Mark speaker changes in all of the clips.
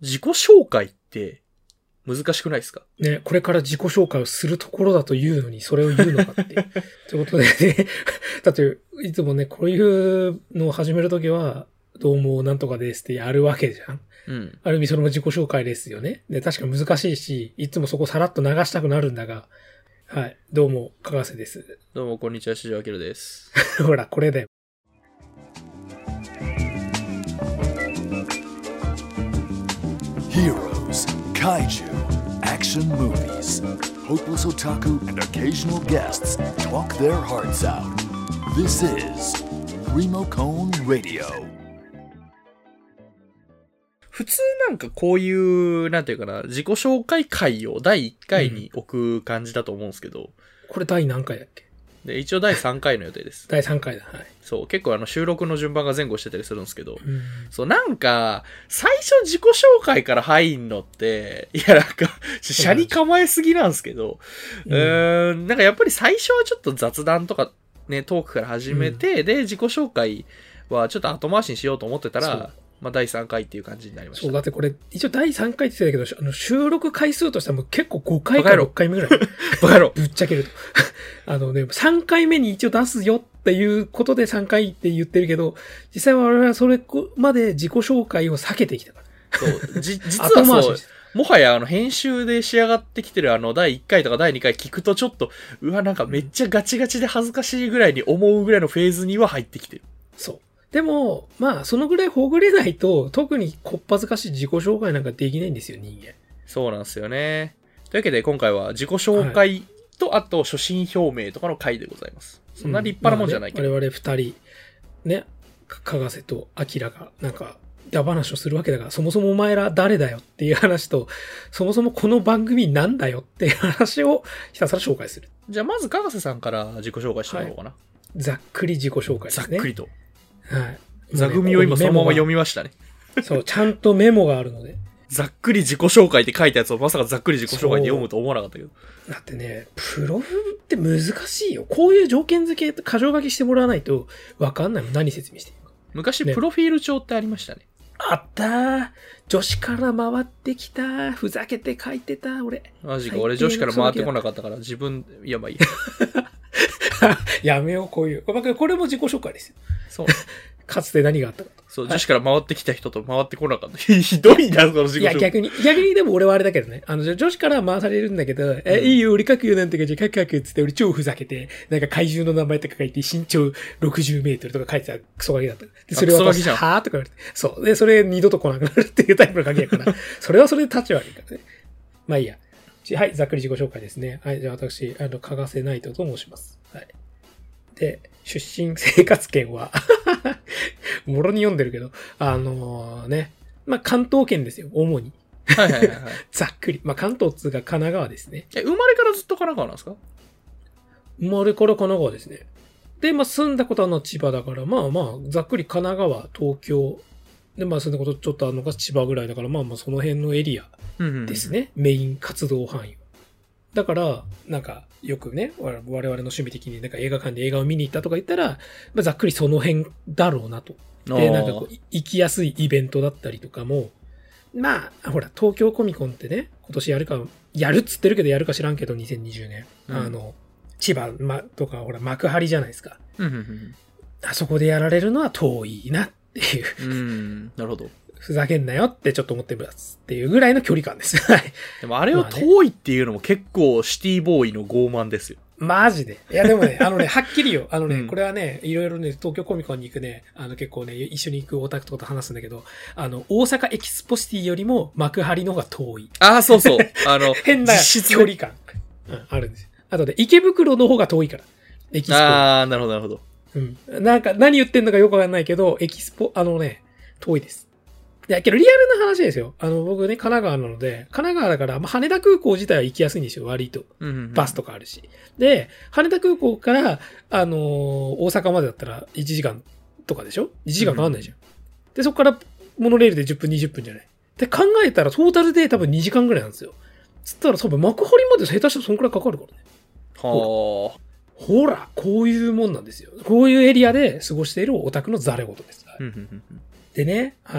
Speaker 1: 自己紹介って難しくないですか
Speaker 2: ね、これから自己紹介をするところだというのにそれを言うのかって。ということでね、だっていつもね、こういうのを始めるときは、どうもなんとかですってやるわけじゃん。
Speaker 1: うん。
Speaker 2: ある意味それも自己紹介ですよね。で、確か難しいし、いつもそこさらっと流したくなるんだが、はい。どうも、かがせです。
Speaker 1: どうも、こんにちは、しじょあきらです。
Speaker 2: ほら、これだよ。
Speaker 3: Heroes, Kaiju, action movies. Hopeless otaku and occasional guests talk their hearts out. This is Remocone Radio.
Speaker 1: 普通なんかこういう、なんていうかな、自己紹介会を第1回に置く感じだと思うんですけど。
Speaker 2: これ第何回だっけ？
Speaker 1: で、一応第3回の予定です。
Speaker 2: 第3回だ。はい。
Speaker 1: そう、結構収録の順番が前後してたりするんですけど。そう、なんか、最初自己紹介から入んのって、いやなんか、車に構えすぎなんですけど、なんかやっぱり最初はちょっと雑談とかね、トークから始めて、で、自己紹介はちょっと後回しにしようと思ってたら、まあ第3回っていう感じになりました。
Speaker 2: そう、だってこれ、一応第3回って言ってたけど、収録回数としてはもう結構5回か6回目ぐらい。
Speaker 1: バカ野郎。
Speaker 2: ぶっちゃけると。3回目に一応出すよっていうことで3回って言ってるけど、実際は我々はそれまで自己紹介を避けてきたから。
Speaker 1: そう。実はそう、もはや編集で仕上がってきてる第1回とか第2回聞くとちょっと、うわ、なんかめっちゃガチガチで恥ずかしいぐらいに思うぐらいのフェーズには入ってきてる。
Speaker 2: そう。でも、まあ、そのぐらいほぐれないと、特にこっぱずかしい自己紹介なんかできないんですよ、人間。
Speaker 1: そうなんですよね。というわけで今回は自己紹介と、あと初心表明とかの回でございます。そんな立派なもんじゃないけど。
Speaker 2: 我々二人、ね、かがせとあきらが、なんか、ダ話をするわけだから、そもそもお前ら誰だよっていう話と、そもそもこの番組なんだよっていう話をひたすら紹介する。
Speaker 1: じゃあまずかがせさんから自己紹介してもらおうかな。
Speaker 2: はい、ざっくり自己紹介ですね。
Speaker 1: ざっくりと。
Speaker 2: はい。
Speaker 1: 座組を今そのまま読みましたね。
Speaker 2: そう、ちゃんとメモがあるので。
Speaker 1: ざっくり自己紹介って書いたやつをまさかざっくり自己紹介で読むと思わなかったけど。
Speaker 2: だってね、プロフって難しいよ。こういう条件付け、箇条書きしてもらわないとわかんないもん。何説明していいのか。
Speaker 1: 昔、プロフィール帳ってありましたね。
Speaker 2: あったー。女子から回ってきた。ふざけて書いてた、俺。
Speaker 1: マジか、俺女子から回ってこなかったから自分、いやまあいい
Speaker 2: や。やめよう、こういう。これも自己紹介ですよ。
Speaker 1: そう。
Speaker 2: かつて何があったかと。
Speaker 1: そう、女子から回ってきた人と回ってこなかった。ひどいな、その自己紹介。
Speaker 2: いや、逆にでも俺はあれだけどね。女子から回されるんだけど、いいよ、俺書くよなんてか、じゃ書くつって俺超ふざけて、なんか怪獣の名前とか書いて、身長60メートルとか書いてたクソガキだった。で、それは私、はーとか言われて。そう。で、それ二度と来なくなるっていうタイプのガキやから、それはそれで立ち悪いからね。まあいいや。はい、ざっくり自己紹介ですね。はい、じゃあ私、かがせナイトと申します。はい。で、出身生活圏は、もろに読んでるけど、ね。まあ、関東圏ですよ、主に。
Speaker 1: はいはいはい、はい。
Speaker 2: ざっくり。まあ、関東っつうか神奈川ですね。
Speaker 1: 生まれからずっと神奈川なんですか？
Speaker 2: 生まれから神奈川ですね。で、まあ、住んだことは千葉だから、まあまあ、ざっくり神奈川、東京。で、まあ、住んだことちょっとあるのが千葉ぐらいだから、まあまあ、その辺のエリアですね。メイン活動範囲。だから、なんか、よくね、我々の趣味的になんか映画館で映画を見に行ったとか言ったら、まあ、ざっくりその辺だろうなと。で、なんかこう、行きやすいイベントだったりとかも、まあ、ほら、東京コミコンってね、今年やるっつってるけどやるか知らんけど、2020年。千葉、とか、ほら、幕張じゃないですか。あそこでやられるのは遠いなっていう。
Speaker 1: なるほど。
Speaker 2: ふざけんなよってちょっと思ってますっていうぐらいの距離感です。はい。
Speaker 1: でもあれを遠いっていうのも結構シティボーイの傲慢ですよ。
Speaker 2: マジで。いやでもね、はっきりよ。これはね、いろいろね、東京コミコンに行くね、結構ね、一緒に行くオタクとかと話すんだけど、大阪エキスポシティよりも幕張の方が遠い。
Speaker 1: ああ、そうそう。
Speaker 2: 変な距離感、あるんですよ。あとで、池袋の方が遠いから。エキスポ。
Speaker 1: ああ、なるほど、なるほど。
Speaker 2: うん。なんか、何言ってんのかよくわかんないけど、エキスポ、遠いです。いや、けどリアルな話ですよ。僕ね、神奈川なので、神奈川だから、まあ、羽田空港自体は行きやすいんですよ、割と。バスとかあるし。で、羽田空港から、大阪までだったら1時間とかでしょ ?1 時間かかんないじゃん。で、そこからモノレールで10分、20分じゃない。って考えたら、トータルで多分2時間ぐらいなんですよ。つったら多分幕張まで下手したらそんくらいかかるからね。
Speaker 1: はあ。
Speaker 2: ほら、こういうもんなんですよ。こういうエリアで過ごしているオタクのザレ事です。でね、はい。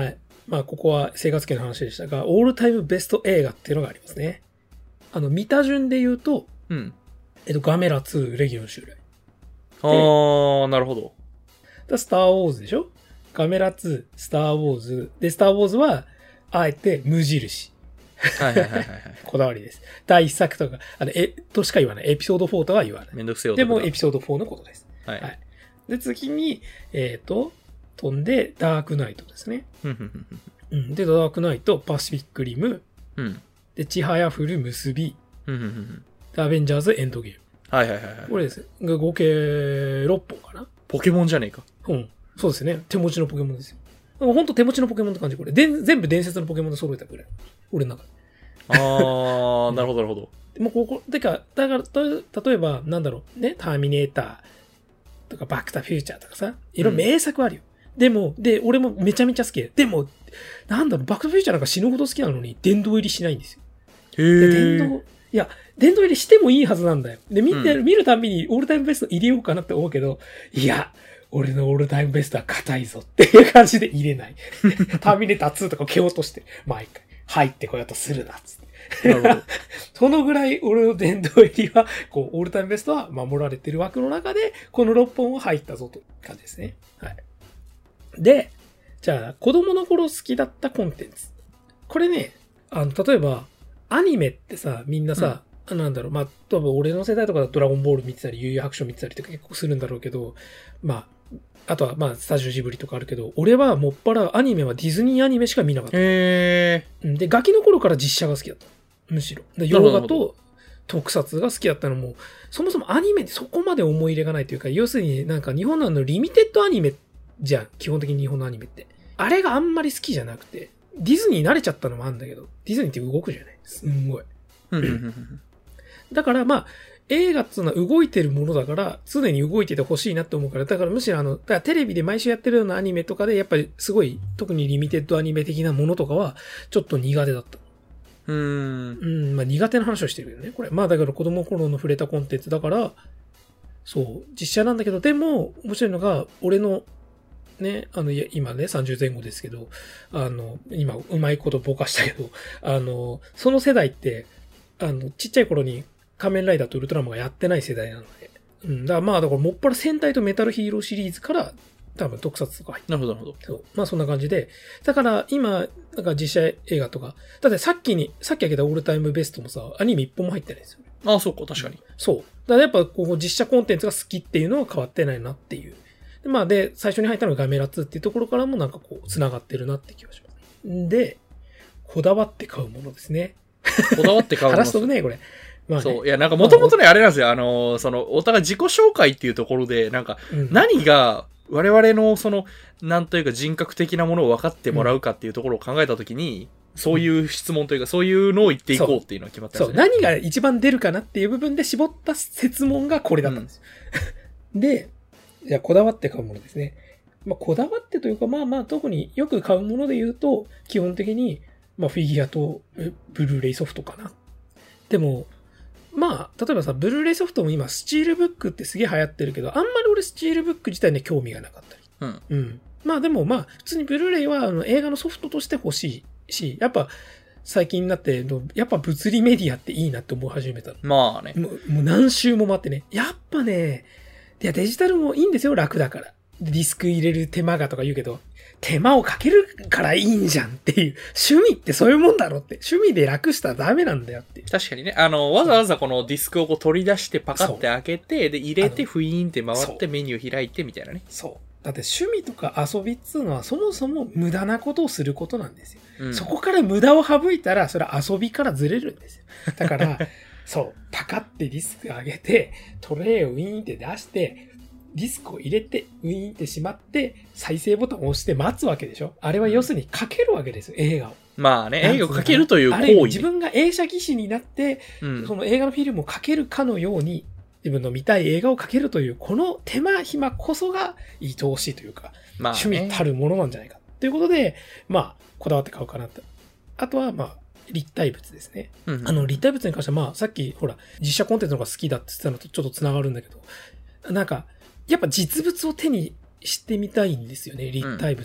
Speaker 2: まあここは生活系の話でしたが、オールタイムベスト映画っていうのがありますね。見た順で言うと、
Speaker 1: うん。
Speaker 2: ガメラ2、レギオン襲来。
Speaker 1: なるほど。
Speaker 2: スターウォーズでしょ？ガメラ2、スターウォーズ。で、スターウォーズは、あえて無印。
Speaker 1: はいはいはいはい。
Speaker 2: こだわりです。第1作とか、としか言わない。エピソード4とは言わない。
Speaker 1: めんどくせえ男
Speaker 2: でもエピソード4のことです。
Speaker 1: はい。はい。
Speaker 2: で、次に、飛んで、ダークナイトですね。うん。で、ダークナイト、パシフィックリム。
Speaker 1: うん。
Speaker 2: で、ちはやふる結び。
Speaker 1: で
Speaker 2: アベンジャーズエンドゲーム。
Speaker 1: はいはいはい。
Speaker 2: これですね。合計6本かな。
Speaker 1: ポケモンじゃねえか。
Speaker 2: うん。そうですね。手持ちのポケモンですよ。ほんと手持ちのポケモンって感じ、これ。全部伝説のポケモンで揃えたくらい。俺の中で。
Speaker 1: なるほどなるほど。
Speaker 2: もうだから、例えば、なんだろう、ね、ターミネーターとか、バックタフューチャーとかさ、いろいろ名作あるよ。でも、俺もめちゃめちゃ好きでも、なんだろう、バックタフューチャーなんか死ぬほど好きなのに、殿堂入りしないんですよ。殿堂入りしてもいいはずなんだよ。で、見るたびにオールタイムベスト入れようかなって思うけど、いや、俺のオールタイムベストは硬いぞっていう感じで入れない。ターミネーター2とか蹴落として、毎回、入ってこようとするな、つって。なるほど。そのぐらい俺の殿堂入りは、オールタイムベストは守られてる枠の中で、この6本は入ったぞという感じですね。はい。で、じゃあ、子供の頃好きだったコンテンツ。これね、例えば、アニメってさ、みんなさ、なんだろう、多分俺の世代とかだとドラゴンボール見てたり、悠々白書見てたりとか結構するんだろうけど、あとはスタジオジブリとかあるけど、俺はもっぱらアニメはディズニーアニメしか見なかった。で、ガキの頃から実写が好きだった。むしろ。洋画と特撮が好きだったのも、そもそもアニメってそこまで思い入れがないというか、要するになんか日本のリミテッドアニメじゃん。基本的に日本のアニメって。あれがあんまり好きじゃなくて、ディズニー慣れちゃったのもあるんだけど、ディズニーって動くじゃない？すんごい。だから映画っていうのは動いてるものだから、常に動いててほしいなって思うから、だからむしろだからテレビで毎週やってるようなアニメとかで、やっぱりすごい、特にリミテッドアニメ的なものとかは、ちょっと苦手だった。苦手な話をしてるよね、これ。だから子供の頃の触れたコンテンツだから、そう、実写なんだけど、でも、面白いのが、俺の、ね、今ね、30前後ですけど、今、うまいことぼかしたけど、その世代って、ちっちゃい頃に仮面ライダーとウルトラマンがやってない世代なので。だからもっぱら戦隊とメタルヒーローシリーズから多分特撮とか入ってる。
Speaker 1: なるほど。
Speaker 2: そう。そんな感じで。だから今、なんか実写映画とか。だってさっき開けたオールタイムベストもさ、アニメ一本も入ってないんですよ。
Speaker 1: ああ、そうか、確かに。
Speaker 2: そう。だからやっぱ実写コンテンツが好きっていうのは変わってないなっていう。で、最初に入ったのがガメラ2っていうところからもなんか繋がってるなって気がします。で、こだわって買うものですね。
Speaker 1: こだわって買うもの。
Speaker 2: 話しとくね、これ。
Speaker 1: そう。いや、なんかもともとね、あれなんですよ。お互い自己紹介っていうところで、なんか、何が我々のなんというか人格的なものを分かってもらうかっていうところを考えたときに、そういう質問というか、そういうのを言っていこうっていうのが決まったんですよね。
Speaker 2: そう。何が一番出るかなっていう部分で絞った設問がこれだったんですよ。で、じゃあこだわって買うものですね。こだわってというか、特によく買うもので言うと、基本的に、フィギュアとブルーレイソフトかな。でも、例えばさ、ブルーレイソフトも今、スチールブックってすげえ流行ってるけど、あんまり俺スチールブック自体に興味がなかったり。でも普通にブルーレイは映画のソフトとして欲しいし、やっぱ最近になって、やっぱ物理メディアっていいなって思い始めたの。
Speaker 1: まあね。
Speaker 2: もう何周も待ってね。やっぱね、いやデジタルもいいんですよ、楽だから。ディスク入れる手間がとか言うけど、手間をかけるからいいんじゃんっていう。趣味ってそういうもんだろって。趣味で楽したらダメなんだよって。
Speaker 1: 確かにね。わざわざこのディスクを取り出してパカって開けて、で、入れてフイーンって回ってメニュー開いてみたいなね。
Speaker 2: そう。だって趣味とか遊びっつうのはそもそも無駄なことをすることなんですよ。そこから無駄を省いたら、それは遊びからずれるんですよ。だから、そう。パカってディスク上げて、トレイをウィーンって出して、ディスクを入れて、ウィーンってしまって、再生ボタンを押して待つわけでしょ。あれは要するにかけるわけですよ、映画を。
Speaker 1: 映画をかけるという行為、
Speaker 2: 自分が映写技師になって、その映画のフィルムをかけるかのように、自分の見たい映画をかけるという、この手間暇こそが愛おしいというか、趣味たるものなんじゃないか。ということで、こだわって買うかなと。あとは、立体物ですね。立体物に関しては、さっき、ほら、実写コンテンツの方が好きだって言ってたのとちょっと繋がるんだけど、なんか、やっぱ実物を手にしてみたいんですよね、立体物を。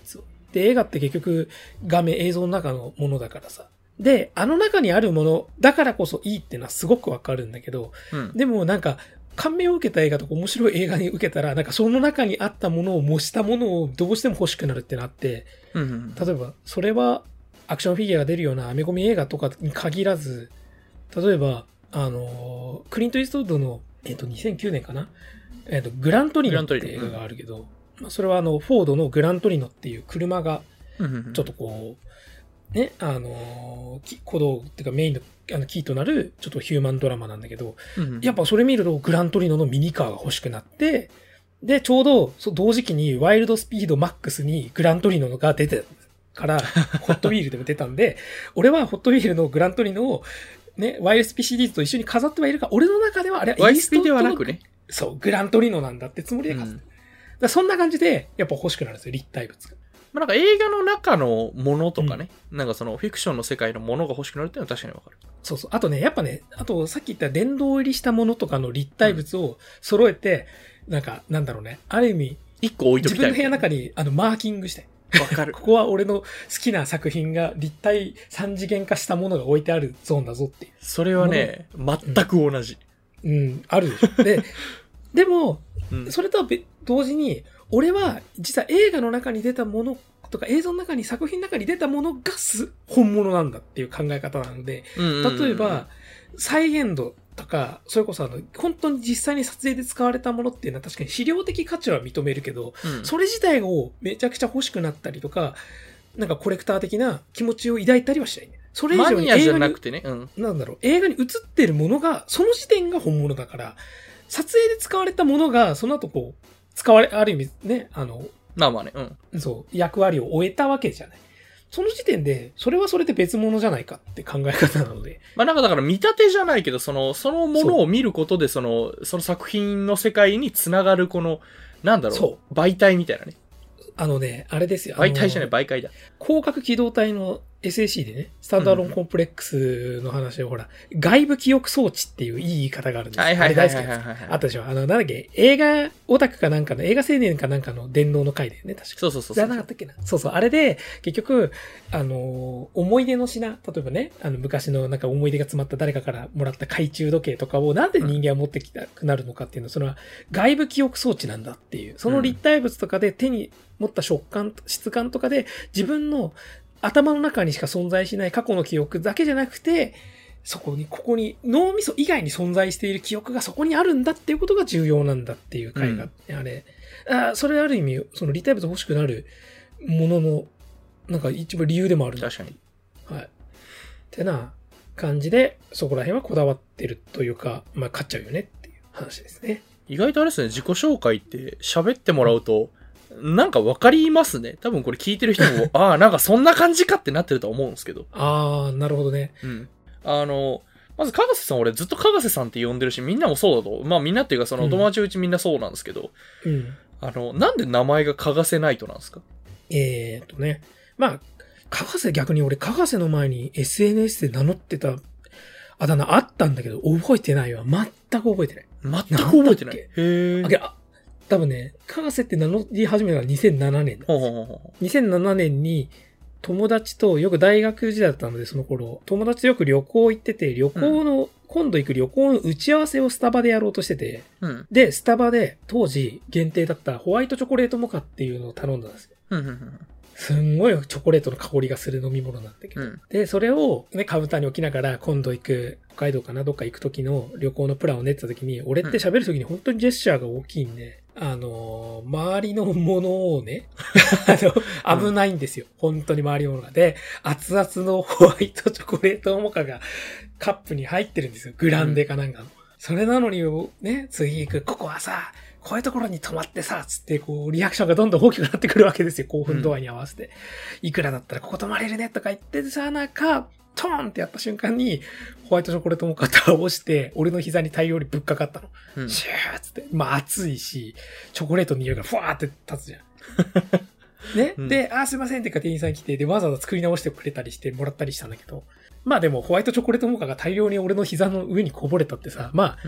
Speaker 2: で、映画って結局画面、映像の中のものだからさ。で、あの中にあるものだからこそいいっていうのはすごくわかるんだけど、でもなんか、感銘を受けた映画とか面白い映画に受けたら、なんかその中にあったものを模したものをどうしても欲しくなるってなって、例えば、それはアクションフィギュアが出るようなアメコミ映画とかに限らず、例えば、クリント・イーストウッドの、2009年かなグラントリノって映画があるけど、それはフォードのグラントリノっていう車が、ちょっとこう、ね、鼓動っていうかメインのキーとなるちょっとヒューマンドラマなんだけど、やっぱそれ見るとグラントリノのミニカーが欲しくなって、で、ちょうど同時期にワイルドスピードマックスにグラントリノが出てから、ホットウィールでも出たんで、俺はホットウィールのグラントリノをね、YSP シリーズと一緒に飾ってはいるが、俺の中ではあれはイースト
Speaker 1: YSP ではなくね。
Speaker 2: そう、グラントリノなんだってつもりで飾って。だそんな感じで、やっぱ欲しくなるんですよ、立体物が。
Speaker 1: なんか映画の中のものとかね、なんかそのフィクションの世界のものが欲しくなるっていうのは確かにわかる。
Speaker 2: そうそう。あとね、やっぱね、あとさっき言った殿堂入りしたものとかの立体物を揃えて、なんか、なんだろうね、ある意味、
Speaker 1: 一個置いときたい。
Speaker 2: 自分の部屋の中にマーキングして。
Speaker 1: わかる。
Speaker 2: ここは俺の好きな作品が立体三次元化したものが置いてあるゾーンだぞっていう。
Speaker 1: それはね、全く同じ。
Speaker 2: あるでしょ。でも、それとは同時に、俺は実は映画の中に出たものとか映像の中に作品の中に出たものが本物なんだっていう考え方なので、例えば、再現度とか、それこそ本当に実際に撮影で使われたものっていうのは確かに資料的価値は認めるけど、それ自体をめちゃくちゃ欲しくなったりとか、なんかコレクター的な気持ちを抱いたりはしない。それ以上に
Speaker 1: マニアじゃなくてね、
Speaker 2: なんだろう、映画に映ってるものが、その時点が本物だから、撮影で使われたものが、その後こう、ある意味ね、
Speaker 1: まあまあね、
Speaker 2: そう、役割を終えたわけじゃない。その時点で、それはそれで別物じゃないかって考え方なので。
Speaker 1: まあなんかだから見立てじゃないけど、そのものを見ることで、その作品の世界につながるこの、なんだろう、媒体みたいなね。
Speaker 2: あれですよ。
Speaker 1: 媒体じゃない、媒介だ。
Speaker 2: 広角機動隊の SAC でね、スタンドアローンコンプレックスの話で、ほら、外部記憶装置っていういい言い方があるんですよ。
Speaker 1: はいはいはいはいはい。
Speaker 2: あったでしょ。なんだっけ、映画オタクかなんかの、映画青年かなんかの電脳の回でね、確か。
Speaker 1: そう。
Speaker 2: じゃなかったっけな。そうそう。あれで、結局、思い出の品、例えばね、昔のなんか思い出が詰まった誰かからもらった懐中時計とかをなんで人間は持ってきたくなるのかっていうのは、それは外部記憶装置なんだっていう。その立体物とかで手に持った食感、質感とかで自分の頭の中にしか存在しない過去の記憶だけじゃなくて、ここに脳みそ以外に存在している記憶がそこにあるんだっていうことが重要なんだっていう回が、それある意味、その立体物欲しくなるものの、なんか一番理由でもある。
Speaker 1: 確かに。
Speaker 2: はい。ってな感じで、そこら辺はこだわってるというか、まあ、買っちゃうよねっていう話ですね。
Speaker 1: 意外とあれですね、自己紹介って喋ってもらうと、なんかわかりますね。多分これ聞いてる人も、なんかそんな感じかってなってると思うんですけど。
Speaker 2: なるほどね。
Speaker 1: まず、かがせさん、俺ずっとかがせさんって呼んでるし、みんなもそうだと。まあみんなっていうか、その友達うちみんなそうなんですけど、なんで名前がかがせナイトなんですか？
Speaker 2: ね。まあ、かがせ逆に俺、かがせの前に SNS で名乗ってたあだ名あったんだけど、覚えてないわ。全く覚えてない。
Speaker 1: 全く覚えてない。へ
Speaker 2: ー。多分ね、かがせって名乗り始めたのが2007年。2007年に友達とよく大学時代だったので、その頃、友達とよく旅行行ってて、今度行く旅行の打ち合わせをスタバでやろうとしてて、で、スタバで当時限定だったホワイトチョコレートモカっていうのを頼んだんですよ。すんごいチョコレートの香りがする飲み物なんだけど。で、それをね、カウンターに置きながら今度行く、北海道かなどっか行く時の旅行のプランを練ってた時に、俺って喋る時に本当にジェスチャーが大きいんで、周りのものをね、危ないんですよ。本当に周りのものが。で、熱々のホワイトチョコレートモカがカップに入ってるんですよ。グランデかなんかの。それなのにね、次行く、ここはさ、こういうところに泊まってさ、つってこう、リアクションがどんどん大きくなってくるわけですよ。興奮度合いに合わせて。いくらだったらここ泊まれるねとか言ってさ、トーンってやった瞬間に、ホワイトチョコレートモカ倒して、俺の膝に大量にぶっかかったの。シューッつって。まあ暑いし、チョコレートの匂いがふわーって立つじゃん。ね、で、すいませんってか店員さん来て、で、わざわざ作り直してくれたりしてもらったりしたんだけど、まあでもホワイトチョコレートモカが大量に俺の膝の上にこぼれたってさ、まあ、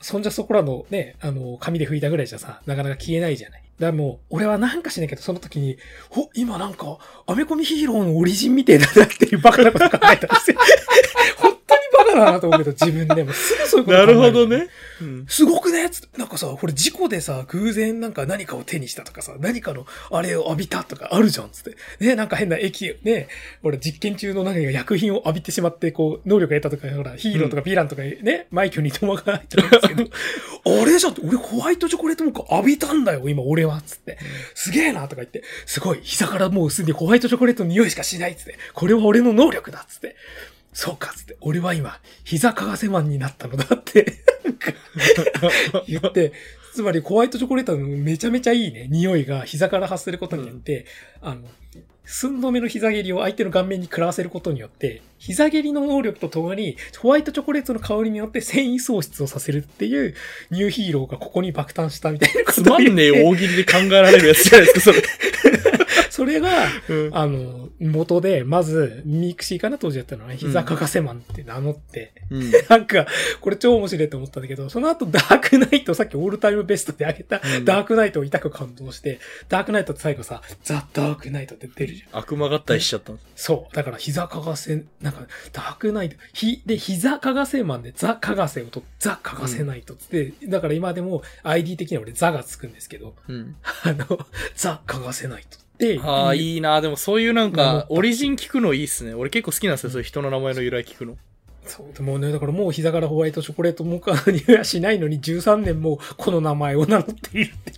Speaker 2: そんじゃそこらのね、紙で拭いたぐらいじゃさ、なかなか消えないじゃない。だからもう、俺はなんかしないけど、その時に、今なんか、アメコミヒーローのオリジンみたいだなっていうバカなこと考えたんですよ。本当にバカだなと思うけど、自分でもすぐそういうこと考える。
Speaker 1: なるほどね。
Speaker 2: すごくねつって、なんかさ、これ事故でさ、偶然なんか何かを手にしたとかさ、何かのあれを浴びたとかあるじゃんつって。ね、なんか変な液、ね、俺実験中の何か薬品を浴びてしまって、こう、能力を得たとか、ほら、ヒーローとかヴィランとかね、枚挙にとまがないと思うんですけど、あれじゃんって、俺ホワイトチョコレートモカ浴びたんだよ、今俺はつって。すげえなとか言って、すごい、膝からもうすでにホワイトチョコレートの匂いしかしないつって、これは俺の能力だつって。そうかつって、俺は今、膝かがせマンになったのだって、言って、つまりホワイトチョコレートのめちゃめちゃいいね、匂いが膝から発することによって、寸止めの膝蹴りを相手の顔面に食らわせることによって、膝蹴りの能力とともに、ホワイトチョコレートの香りによって繊維喪失をさせるっていうニューヒーローがここに爆誕したみたいなことを
Speaker 1: つまんねえ大喜利で考えられるやつじゃないですか、それ。
Speaker 2: それが、元で、まず、ミクシーかな当時やったのは、膝かがせマンって名乗って、なんか、これ超面白いと思ったんだけど、その後ダークナイト、さっきオールタイムベストであげた、ダークナイトを痛く感動して、ダークナイトって最後さ、ザ・ダークナイトって出るじゃん。
Speaker 1: 悪魔合体しちゃったんです。
Speaker 2: そう。だから膝かがせ、なんか、ダークナイト、膝かがせマンでザ・かがせをと、ザ・かがせナイトって、だから今でも ID 的には俺ザがつくんですけど、ザ・かがせナイト。
Speaker 1: ああ、いいな。でもそういうなんか、オリジン聞くのいいっすね。俺結構好きなんですよ。そういう人の名前の由来聞くの。
Speaker 2: そう。でもね、だからもう膝からホワイトチョコレートモカの匂いはしないのに13年もこの名前を名乗っているっていう。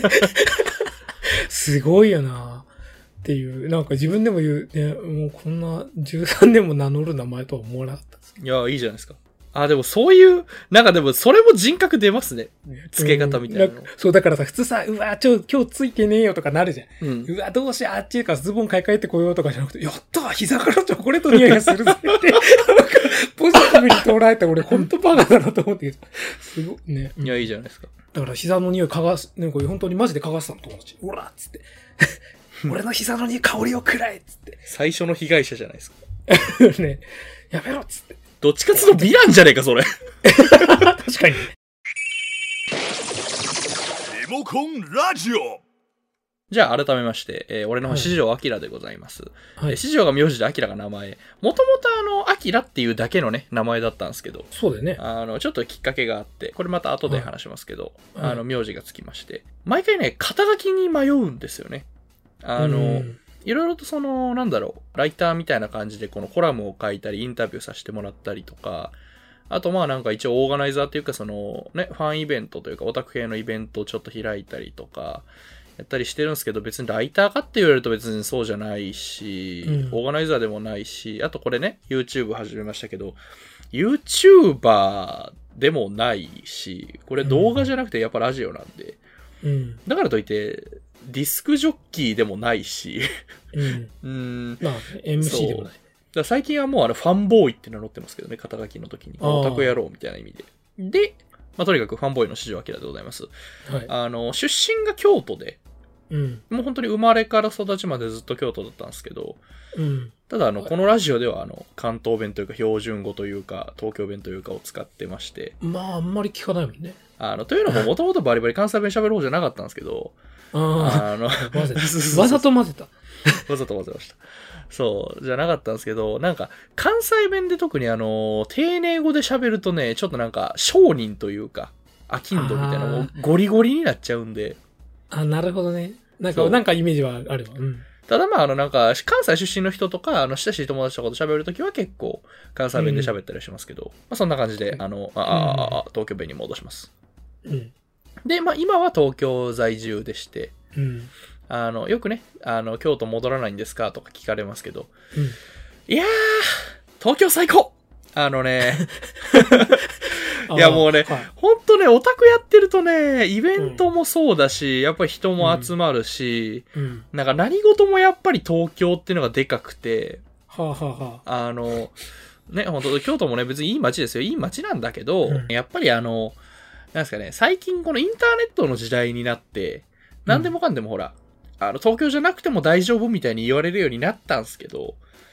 Speaker 2: すごいよなっていう。なんか自分でも言う、ね、もうこんな13年も名乗る名前とは思わなかったです。
Speaker 1: いや、いいじゃないですか。あ、でもそういう、なんかでもそれも人格出ますね。付け方みたいなの。
Speaker 2: そう、だからさ、普通さ、うわ、今日ついてねえよとかなるじゃん。うわ、どうしよう、あっちかズボン買い替えてこようとかじゃなくて、やったー膝からチョコレート匂いがするぜって、なんか、ポジティブに捉えて俺ほんとバカだなと思ってけど、すごいね。
Speaker 1: いや、いいじゃないですか。
Speaker 2: だから膝の匂い嗅がす、ね、これ本当にマジで嗅がせたの友達。おらっつって。俺の膝の匂い香りをくらえっつって。
Speaker 1: 最初の被害者じゃないですか。
Speaker 2: ね、やめろっつって。
Speaker 1: どっちかっていうとヴィランじゃねえか、それ。
Speaker 2: 確かに。
Speaker 3: リモコンラジオ。
Speaker 1: じゃあ改めまして、俺の四条明でございます。
Speaker 2: はい。
Speaker 1: 四条が名字で明が名前。もともと明っていうだけのね、名前だったんですけど。
Speaker 2: そうだよね。
Speaker 1: ちょっときっかけがあって、これまた後で話しますけど、
Speaker 2: はい、
Speaker 1: 名字がつきまして。毎回ね、肩書きに迷うんですよね。いろいろとライターみたいな感じでこのコラムを書いたり、インタビューさせてもらったりとか、あとなんか一応オーガナイザーっていうかファンイベントというかオタク系のイベントをちょっと開いたりとか、やったりしてるんですけど、別にライターかって言われると別にそうじゃないし、オーガナイザーでもないし、あとこれね、YouTube 始めましたけど、YouTuber でもないし、これ動画じゃなくてやっぱラジオなんで、だからといって、ディスクジョッキーでもないし、
Speaker 2: まあ、MC でもない。
Speaker 1: だ最近はもうファンボーイって名乗ってますけどね、肩書きの時に。オタク野郎みたいな意味で。で、とにかくファンボーイの四条明でございます。はい、出身が京都で、もう本当に生まれから育ちまでずっと京都だったんですけど、ただこのラジオでは関東弁というか標準語というか東京弁というかを使ってまして。
Speaker 2: まあ、あんまり聞かないもんね。
Speaker 1: というのももともとバリバリ関西弁喋る方じゃなかったんですけど、
Speaker 2: わざと混ぜた。
Speaker 1: わざと混ぜました。そう、じゃなかったんですけど、なんか、関西弁で特に丁寧語で喋るとね、ちょっとなんか、商人というか、商人みたいな、もうゴリゴリになっちゃうんで。
Speaker 2: なるほどね。なんかイメージはあるわ。
Speaker 1: ただなんか、関西出身の人とか、親しい友達とかと喋るときは結構、関西弁で喋ったりしますけど、そんな感じで、東京弁に戻します。で、今は東京在住でして、よくね、京都戻らないんですかとか聞かれますけど、いやー、東京最高いやもうね、ほんとね、オタクやってるとね、イベントもそうだし、やっぱり人も集まるし、なんか何事もやっぱり東京っていうのがでかくて、ね、ほんと、京都もね、別にいい街ですよ。いい街なんだけど、やっぱりなんですかね、最近このインターネットの時代になって、何でもかんでもほら、東京じゃなくても大丈夫みたいに言われるようになったんですけど、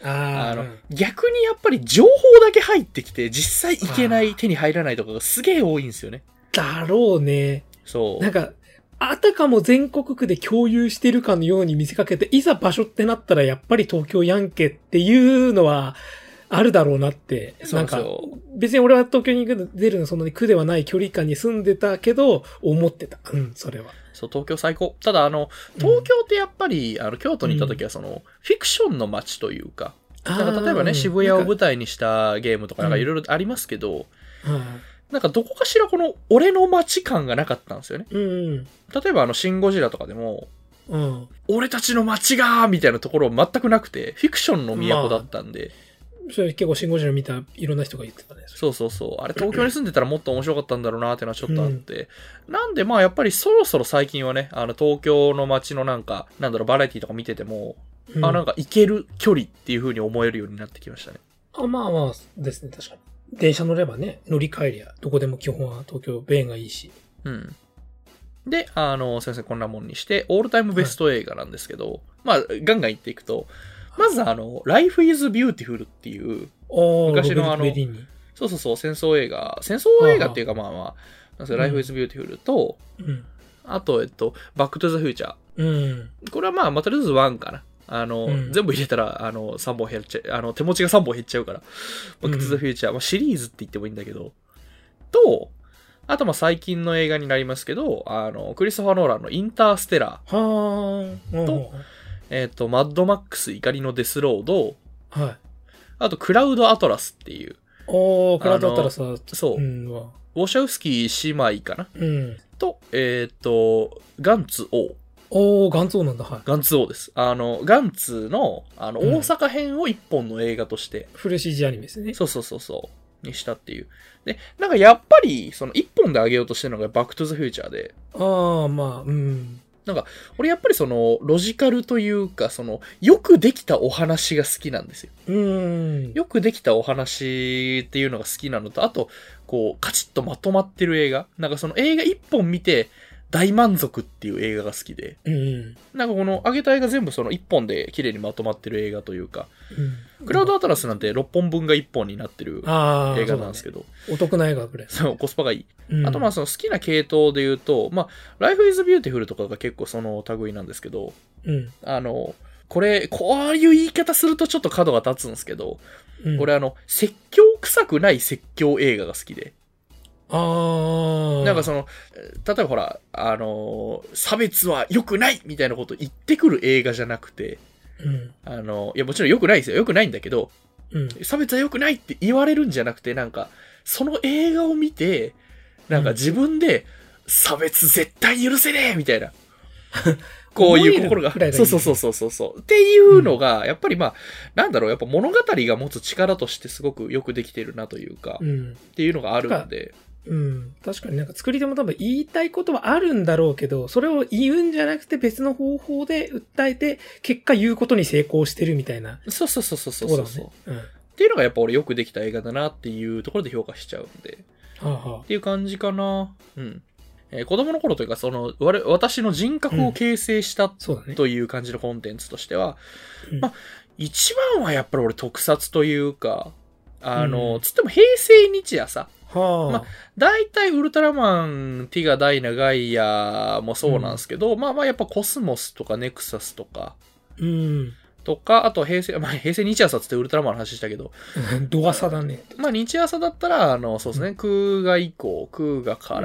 Speaker 1: 逆にやっぱり情報だけ入ってきて、実際行けない、手に入らないとかがすげえ多いんですよね。
Speaker 2: だろうね。
Speaker 1: そう。
Speaker 2: なんか、あたかも全国区で共有してるかのように見せかけて、いざ場所ってなったらやっぱり東京やんけっていうのはあるだろうなって。なんか、別に俺は東京に出るのそんなに苦ではない距離感に住んでたけど、思ってた。うん、それは。
Speaker 1: そう、東京最高。ただ東京ってやっぱり、京都に行った時はフィクションの街というか、なんか例えばね、渋谷を舞台にしたゲームとかなんかいろいろありますけど、なんかどこかしらこの俺の街感がなかったんですよね。例えばシンゴジラとかでも、俺たちの街がみたいなところ全くなくて、フィクションの都だったんで。
Speaker 2: それ結構シンゴジラ見たいろんな人が言ってたね。
Speaker 1: そうそうそう。あれ東京に住んでたらもっと面白かったんだろうなっていうのはちょっとあって。なんでまあやっぱりそろそろ最近はね、東京の街のなんか、バラエティとか見てても、なんか行ける距離っていう風に思えるようになってきましたね。
Speaker 2: まあですね、確かに。電車乗ればね、乗り換えりゃ、どこでも基本は東京、便がいいし。
Speaker 1: で、すいません、こんなもんにして、オールタイムベスト映画なんですけど、まあ、ガンガン言っていくと、まずLife is Beautiful っていう、昔のそうそうそう、戦争映画っていうかまあ、Life is Beautiful と、あと、バックトゥザフューチャー。これはまあ、とりあえず1かな。全部入れたら、3本減っちゃう、手持ちが3本減っちゃうから、バックトゥザフューチャー、まあ、シリーズって言ってもいいんだけど、と、あとまあ最近の映画になりますけど、クリストファー・ノーランのインターステラーと、マッドマックス怒りのデスロード、あとクラウドアトラスっていう。
Speaker 2: クラウドアトラスは、
Speaker 1: そう。ウォシャウスキー姉妹かな。と、ガンツ王。
Speaker 2: ガンツ王なんだ、はい。
Speaker 1: ガンツ王です。ガンツの、大阪編を一本の映画として。
Speaker 2: フル CG アニメですね。
Speaker 1: そうにしたっていう。で、なんかやっぱり、一本で上げようとしてるのがバックトゥザフューチャーで。なんか、俺やっぱりロジカルというか、よくできたお話が好きなんですよ。よくできたお話っていうのが好きなのと、あと、こう、カチッとまとまってる映画。なんか映画一本見て、大満足っていう映画が好きで。なんかこの、上げた映画全部一本で綺麗にまとまってる映画というか、クラウドアトラスなんて6本分が1本になってる映画なんですけど。
Speaker 2: お得な映画くらい。
Speaker 1: そう、コスパがいい。あとまあ好きな系統で言うと、まあ、Life is Beautiful とかが結構その類なんですけど、こういう言い方するとちょっと角が立つんですけど、俺説教臭くない説教映画が好きで。なんか例えばほら、差別は良くないみたいなこと言ってくる映画じゃなくて、いやもちろん良くないですよ。良くないんだけど、差別は良くないって言われるんじゃなくて、なんか、その映画を見て、なんか自分で、差別絶対許せねえみたいな。こういう心が。そう。っていうのが、やっぱりまあ、なんだろう、やっぱ物語が持つ力としてすごくよくできてるなというか、っていうのがあるんで。
Speaker 2: 確かになんか作り手も多分言いたいことはあるんだろうけど、それを言うんじゃなくて別の方法で訴えて、結果言うことに成功してるみたいな。
Speaker 1: そう。っていうのがやっぱ俺よくできた映画だなっていうところで評価しちゃうんで。っていう感じかな。子供の頃というか、私の人格を形成したという感じのコンテンツとしては、まあ、一番はやっぱり俺特撮というか、つっても平成日夜さ。まあ、大体ウルトラマン、ティガ、ダイナ、ガイアもそうなんですけど、まあやっぱコスモスとかネクサスとか、とか、あと平成日朝つってウルトラマンの話したけど、
Speaker 2: ドアサだね。
Speaker 1: まあ日朝だったら、そうですね、空ガ以降、空ガから、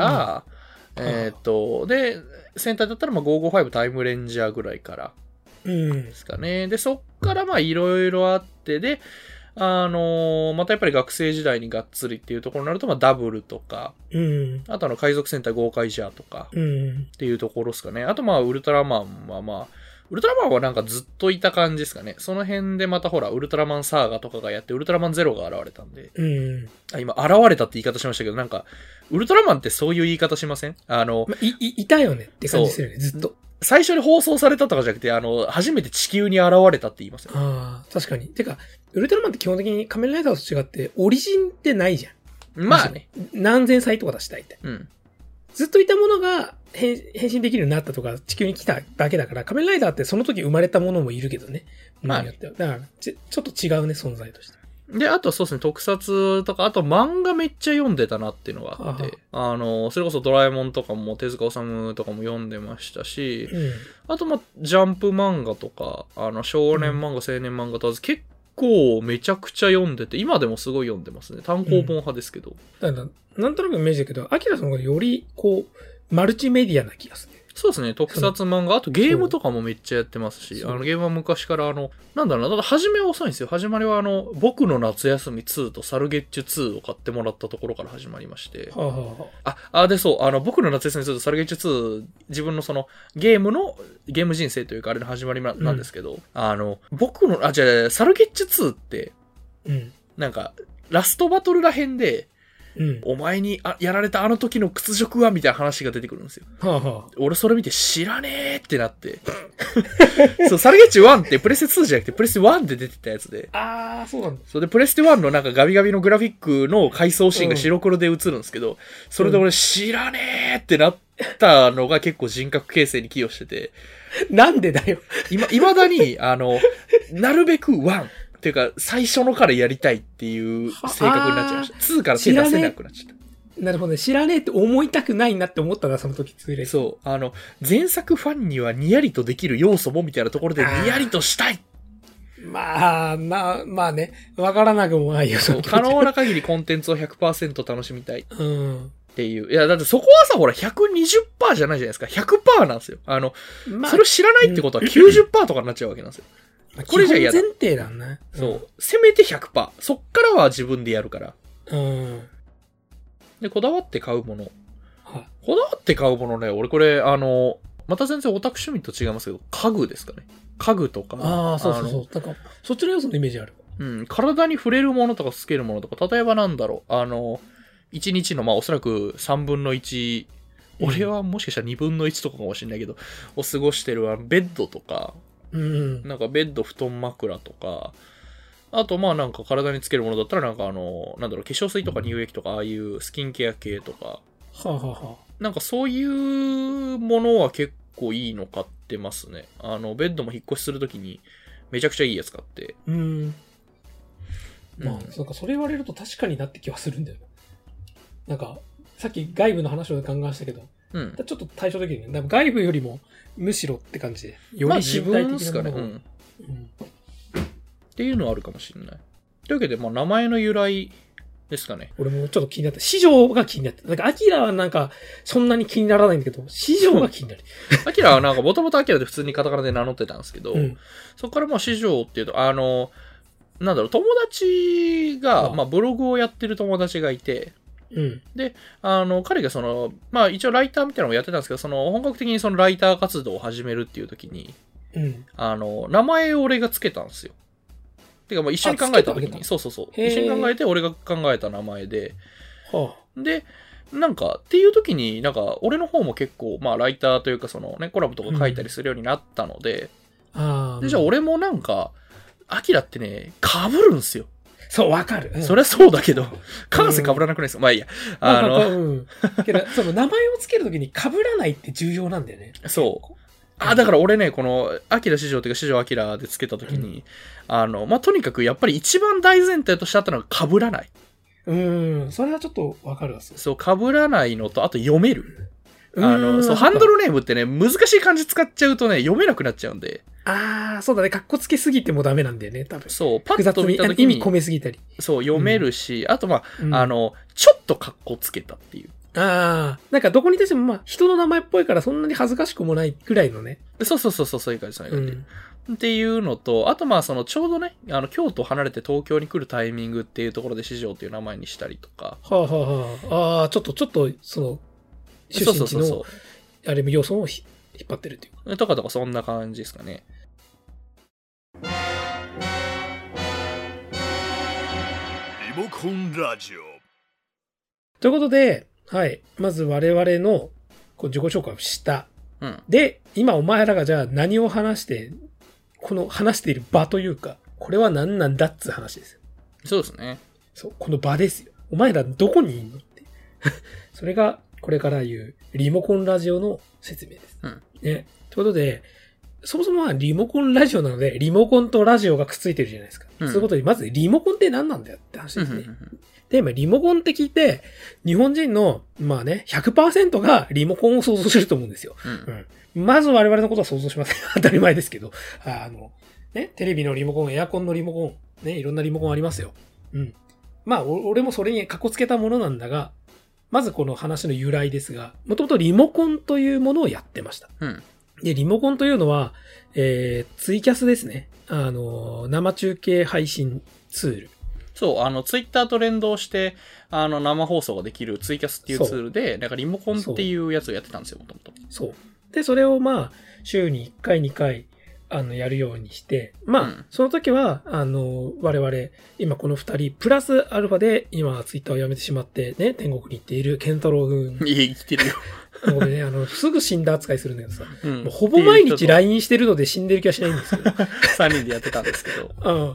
Speaker 1: で、戦隊だったらまあ555タイムレンジャーぐらいから、ですかね。で、そっからまあいろいろあって、で、またやっぱり学生時代にがっつりっていうところになると、まあダブルとか、あと海賊戦隊ゴーカイジャーとか、っていうところですかね。あとまあウルトラマンはウルトラマンはなんかずっといた感じですかね。その辺でまたほら、ウルトラマンサーガとかがやって、ウルトラマンゼロが現れたんで、今、現れたって言い方しましたけど、なんか、ウルトラマンってそういう言い方しません？
Speaker 2: いたよねって感じするよね、ずっと。
Speaker 1: 最初に放送されたとかじゃなくて、初めて地球に現れたって言いますよ。
Speaker 2: 確かに。てか、ウルトラマンって基本的に仮面ライダーと違って、オリジンってないじゃん。
Speaker 1: まあね。
Speaker 2: 何千歳とか出したいって。 ずっといたものが変身できるようになったとか、地球に来ただけだから、仮面ライダーってその時生まれたものもいるけどね。
Speaker 1: まあ、
Speaker 2: だからちょっと違うね、存在として。
Speaker 1: で、あとそうですね、特撮とか、あと漫画めっちゃ読んでたなっていうのがあって、それこそドラえもんとかも手塚治虫とかも読んでましたし、あとジャンプ漫画とか、少年漫画、青年漫画とか結構めちゃくちゃ読んでて、今でもすごい読んでますね。単行本派ですけど。
Speaker 2: だからなんとなくイメージだけど、アキラさんがよりマルチメディアな気がする。
Speaker 1: そうですね、特撮漫画、あとゲームとかもめっちゃやってますし、ゲームは昔からなんだろうな、ただ始めは遅いんですよ。始まりは僕の夏休み2とサルゲッチュ2を買ってもらったところから始まりまして。で、そう、僕の夏休み2とサルゲッチュ2、自分のゲーム人生というかあれの始まりなんですけど、サルゲッチュ2って、なんか、ラストバトルら辺で、お前にやられたあの時の屈辱はみたいな話が出てくるんですよ。俺それ見て知らねえってなって。そう、サルゲッチュ1ってプレステ2じゃなくてプレステ1で出てたやつで。
Speaker 2: そうなんだ。
Speaker 1: そうで、プレステ1のなんかガビガビのグラフィックの回想シーンが白黒で映るんですけど、それで俺知らねえってなったのが結構人格形成に寄与してて。
Speaker 2: なんでだよ。
Speaker 1: 未だに、なるべく1。っていうか、最初のからやりたいっていう性格になっちゃいました。2から手出せなくなっちゃった。
Speaker 2: なるほどね。知らねえって思いたくないなって思ったな、その時2で。
Speaker 1: そう。前作ファンにはニヤリとできる要素もみたいなところでニヤリとしたい。
Speaker 2: まあね。わからなくもないよ。
Speaker 1: 可能な限りコンテンツを 100% 楽しみたい。っていう。いや、だってそこはさ、ほら、120% じゃないじゃないですか。100% なんですよ。それを知らないってことは 90% とかになっちゃうわけなんですよ。
Speaker 2: これじゃ嫌だ。前提だね。
Speaker 1: そう。せめて 100%。そっからは自分でやるから。で、こだわって買うもの。こだわって買うものね、俺これ、また全然オタク趣味と違いますけど、家具ですかね。家具とか。
Speaker 2: そう。なんか、そっちの要素のイメージある。
Speaker 1: 体に触れるものとかつけるものとか、例えばなんだろう。1日の、おそらく3分の1、俺はもしかしたら2分の1とかかもしれないけど、を過ごしてるベッドとか、なんかベッド、布団、枕とか、あとなんか体につけるものだったらなんかなんだろう、化粧水とか乳液とかああいうスキンケア系とか、なんかそういうものは結構いいの買ってますね。ベッドも引っ越しするときにめちゃくちゃいいやつ買って。
Speaker 2: なんかそれ言われると確かになって気はするんだよな。なんか、さっき外部の話を考えしたけど、ちょっと対照的にね。外部よりもむしろって感じで。より
Speaker 1: 自分ですかね。っていうのはあるかもしれない。というわけで、名前の由来ですかね。
Speaker 2: 俺もちょっと気になった。市場が気になった。なんか、アキラはなんか、そんなに気にならないんだけど、市場が気になる。
Speaker 1: アキラはなんか、もともとアキラで普通にカタカナで名乗ってたんですけど、そこから市場っていうと、なんだろう、友達が、ブログをやってる友達がいて、で、彼が一応ライターみたいなのをやってたんですけど、本格的にライター活動を始めるっていう時に、名前を俺がつけたんですよ。てか、一緒に考えた時に、そう。一緒に考えて、俺が考えた名前で、で、なんか、っていう時に、なんか、俺の方も結構、ライターというか、コラボとか書いたりするようになったので、で、じゃあ俺もなんか、アキラってね、被るんすよ。
Speaker 2: そう、わかる。
Speaker 1: そりゃそうだけど、感性被らなくないですか。いいや。
Speaker 2: けど、名前をつけるときに被らないって重要なんだよね。
Speaker 1: そう。だから俺ね、この、アキラ市場っていうか、市場アキラでつけたときに、とにかくやっぱり一番大前提としてあったのが被らない。
Speaker 2: それはちょっとわかるわ。
Speaker 1: そう、被らないのと、あと読める。そう、ハンドルネームってね、難しい漢字使っちゃうとね、読めなくなっちゃうんで。
Speaker 2: そうだね。カッコつけすぎてもダメなんだよね、多分。
Speaker 1: そう、パッと見たときに。
Speaker 2: 意味込めすぎたり。
Speaker 1: そう、読めるし、あとちょっとカッコつけたっていう。
Speaker 2: なんかどこに対しても人の名前っぽいからそんなに恥ずかしくもないぐらいのね。
Speaker 1: そういう感じ、っていうのと、あとちょうどね、京都離れて東京に来るタイミングっていうところで市場っていう名前にしたりとか。
Speaker 2: ちょっと、出身地の、あれも要素を引っ張ってるっていう。
Speaker 1: とかそんな感じですかね。
Speaker 3: リモコンラジオ。
Speaker 2: ということで、まず我々の自己紹介をした。で、今お前らがじゃあ何を話して、この話している場というか、これは何なんだっつう話ですよ。
Speaker 1: そうですね。
Speaker 2: そう、この場ですよ。お前らどこにいんのって。それがこれから言うリモコンラジオの説明です。
Speaker 1: うん。
Speaker 2: ね。ということで、そもそもはリモコンラジオなので、リモコンとラジオがくっついてるじゃないですか。そういうことで、まずリモコンって何なんだよって話ですね。で、リモコンって聞いて、日本人の、100% がリモコンを想像すると思うんですよ。まず我々のことは想像しません。当たり前ですけど。テレビのリモコン、エアコンのリモコン、ね、いろんなリモコンありますよ。俺もそれにかこつけたものなんだが、まずこの話の由来ですが、もともとリモコンというものをやってました。で、リモコンというのは、ツイキャスですね。生中継配信ツール。
Speaker 1: そう、ツイッターと連動して、生放送ができるツイキャスっていうツールで、なんかリモコンっていうやつをやってたんですよ、もともと。
Speaker 2: そう。で、それを週に1回、2回、やるようにして、その時は、我々、今この2人、プラスアルファで、今ツイッターをやめてしまって、ね、天国に行っているケンタロウ君。
Speaker 1: 生きてるよ。
Speaker 2: これね、すぐ死んだ扱いするんだけどさ、もうほぼ毎日 LINE してるので死んでる気はしないんですけど。
Speaker 1: 3人でやってたんですけど。
Speaker 2: その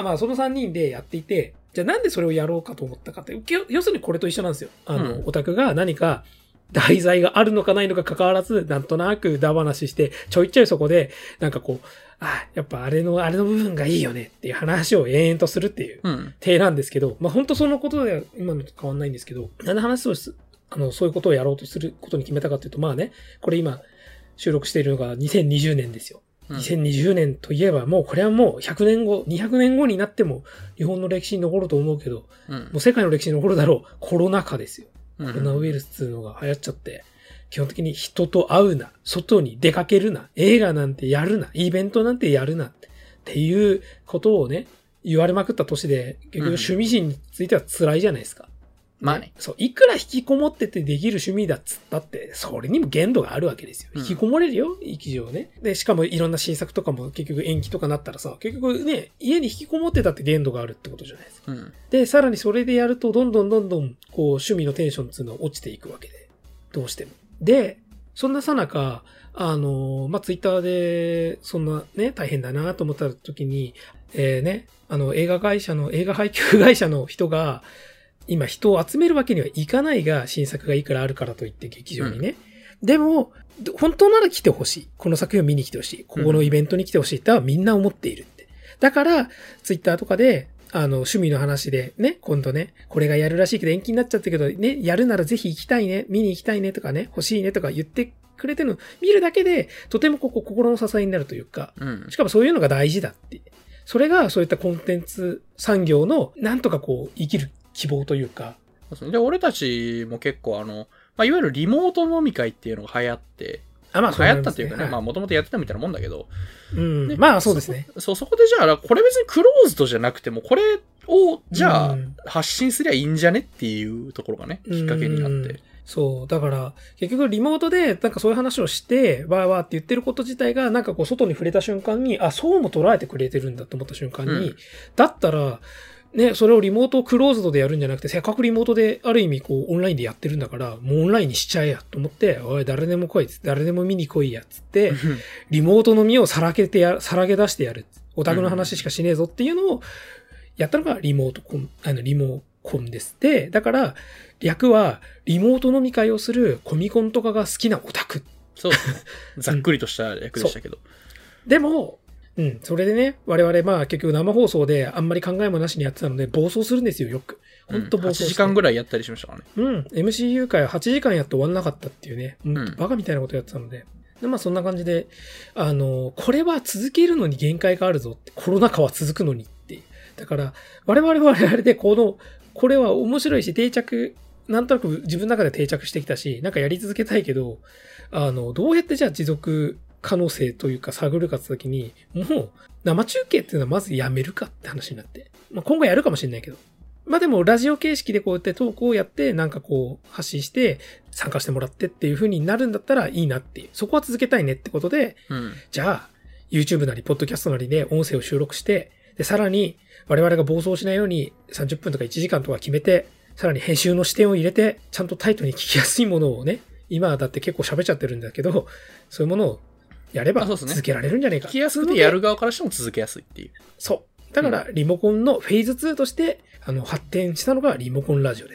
Speaker 2: 3人でやっていて、じゃあなんでそれをやろうかと思ったかって、要するにこれと一緒なんですよ。オタクが何か題材があるのかないのか関わらず、なんとなくダ話して、ちょいちょいそこで、なんかこう、やっぱあれの部分がいいよねっていう話を延々とするっていう体なんですけど、本当そのことでは今のと変わんないんですけど、何の話をそういうことをやろうとすることに決めたかというと、これ今収録しているのが2020年ですよ。2020年といえばもうこれはもう100年後、200年後になっても日本の歴史に残ると思うけど、もう世界の歴史に残るだろう。コロナ禍ですよ。コロナウイルスっていうのが流行っちゃって、基本的に人と会うな、外に出かけるな、映画なんてやるな、イベントなんてやるなっていうことをね、言われまくった年で、結局趣味人については辛いじゃないですか。そう、いくら引きこもっててできる趣味だっつったって、それにも限度があるわけですよ。引きこもれるよ、域上ね。で、しかもいろんな新作とかも結局延期とかなったらさ、結局ね、家に引きこもってたって限度があるってことじゃないですか。で、さらにそれでやると、どんどん、こう、趣味のテンションっていうのは落ちていくわけで。どうしても。で、そんなさなか、ツイッターで、そんなね、大変だなと思った時に、映画配給会社の人が、今人を集めるわけにはいかないが、新作がいくらあるからといって劇場にね。でも、本当なら来てほしい。この作品を見に来てほしい。ここのイベントに来てほしいとはみんな思っているって。だから、ツイッターとかで、趣味の話でね、今度ね、これがやるらしいけど延期になっちゃったけど、ね、やるならぜひ行きたいね、見に行きたいねとかね、欲しいねとか言ってくれてるの見るだけで、とても心の支えになるというか、しかもそういうのが大事だって。それがそういったコンテンツ産業の、なんとか生きる希望というか。
Speaker 1: で、俺たちも結構いわゆるリモート飲み会っていうのが流行って、流行ったというかね、もともとやってたみたいなもんだけど。
Speaker 2: そうですね。
Speaker 1: そこでじゃあ、これ別にクローズドじゃなくても、これを、じゃあ、発信すりゃいいんじゃねっていうところがね、きっかけになって。
Speaker 2: そう。だから、結局リモートで、なんかそういう話をして、わーわーって言ってること自体が、なんか外に触れた瞬間に、そうも捉えてくれてるんだと思った瞬間に、だったら、ね、それをリモートクローズドでやるんじゃなくて、せっかくリモートで、ある意味オンラインでやってるんだから、もうオンラインにしちゃえや、と思って、おい、誰でも来い、誰でも見に来いや、つって、リモートのみをさらげ出してやる。オタクの話しかしねえぞっていうのを、やったのがリモコンです。で、だから、略は、リモート飲み会をするコミコンとかが好きなオタク。
Speaker 1: そうですね。ざっくりとした略でしたけど。
Speaker 2: でも、それでね、我々結局生放送であんまり考えもなしにやってたので、暴走するんですよ、よく。本当暴走して。
Speaker 1: 8時間ぐらいやったりしましたからね。
Speaker 2: MCU 会は8時間やって終わんなかったっていうね、バカみたいなことやってたので。で、そんな感じで、これは続けるのに限界があるぞって、コロナ禍は続くのにっていう。だから、我々でこれは面白いし、なんとなく自分の中で定着してきたし、なんかやり続けたいけど、どうやってじゃあ持続可能性というか探るかって時に、もう生中継っていうのはまずやめるかって話になって。今後やるかもしれないけど。でもラジオ形式でこうやってトークをやってなんか発信して参加してもらってっていう風になるんだったらいいなっていう。そこは続けたいねってことで、じゃあ YouTube なりポッドキャストなりで音声を収録して、で、さらに我々が暴走しないように30分とか1時間とか決めて、さらに編集の視点を入れて、ちゃんとタイトに聞きやすいものをね、今だって結構喋っちゃってるんだけど、そういうものをやれば続けられるんじゃないか。
Speaker 1: 聞きやすくてやる側からしても続けやすいっていう。
Speaker 2: そう。だから、リモコンのフェーズ2として、発展したのがリモコンラジオです。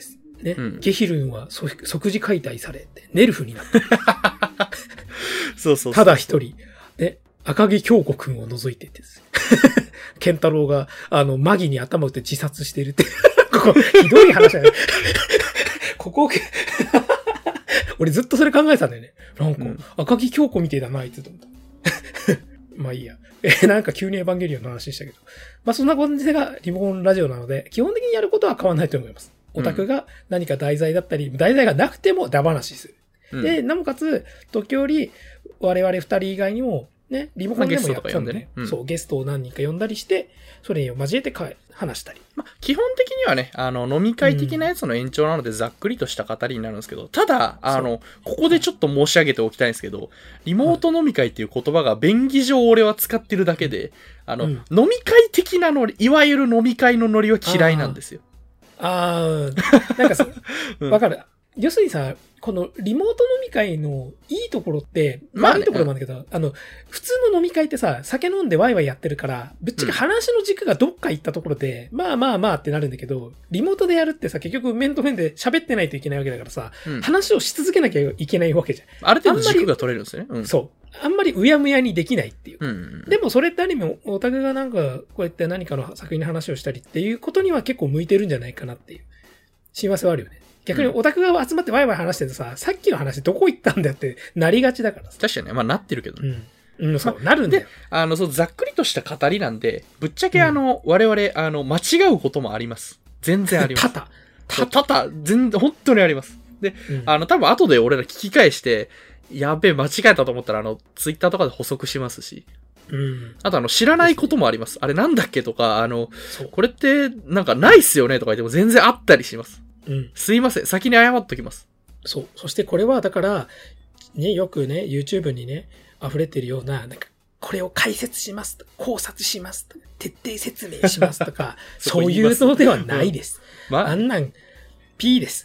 Speaker 2: ね、
Speaker 1: うん、
Speaker 2: ゲヒルンは即時解体されて、ネルフになった。
Speaker 1: そうそうそう。
Speaker 2: ただ一人、ね、赤木京子くんを除いてですケンタロウが、マギに頭打って自殺してるって。ここ、ひどい話だね。ここ、俺ずっとそれ考えてたんだよね。なんか、赤木京子みてえだな、あいつと思った。まあいいや。なんか急にエヴァンゲリオンの話でしたけど。まあそんな感じがリモコンラジオなので、基本的にやることは変わらないと思います。オタクが何か題材だったり、題材がなくてもダ話する。で、なおかつ、時折、我々二人以外にも、ね、リモコンでもやってたんでね。そう、ゲストを何人か呼んだりして、それを交えて話したり。
Speaker 1: まあ、基本的にはね、飲み会的なやつの延長なので、ざっくりとした語りになるんですけど、ただ、ここでちょっと申し上げておきたいんですけど、リモート飲み会っていう言葉が便宜上俺は使ってるだけで、飲み会的なノリ、いわゆる飲み会のノリは嫌いなんですよ。
Speaker 2: なんかわかる。要するにさ、このリモート飲み会のいいところって、悪いところなんだけど、普通の飲み会ってさ、酒飲んでワイワイやってるから、ぶっちゃけ話の軸がどっか行ったところで、まあってなるんだけど、リモートでやるってさ、結局面と面で喋ってないといけないわけだからさ、話をし続けなきゃいけないわけじゃん。
Speaker 1: ある程度軸が取れるんですよね。
Speaker 2: そう。あんまりうやむやにできないっていう。でもそれってある意味、オタクがなんか、こうやって何かの作品の話をしたりっていうことには結構向いてるんじゃないかなっていう。幸せはあるよね。逆にオタクが集まってワイワイ話してるとさ、さっきの話どこ行ったんだよってなりがちだからさ。
Speaker 1: 確かにね。まあなってるけどね。
Speaker 2: そう、なるんで。
Speaker 1: そう、ざっくりとした語りなんで、ぶっちゃけ我々、間違うこともあります。全然あります。多々、全然、本当にあります。で、多分後で俺ら聞き返して、やべえ、間違えたと思ったら、ツイッターとかで補足しますし。あと知らないこともあります。あれなんだっけとか、これって、なんかないっすよねとか言っても全然あったりします。すいません。先に謝っときます。
Speaker 2: そう。そしてこれは、だから、ね、よくね、YouTube にね、溢れてるような、なんか、これを解説しますと、考察しますと、徹底説明しますとか、そういうのではないです。あんなん、P です。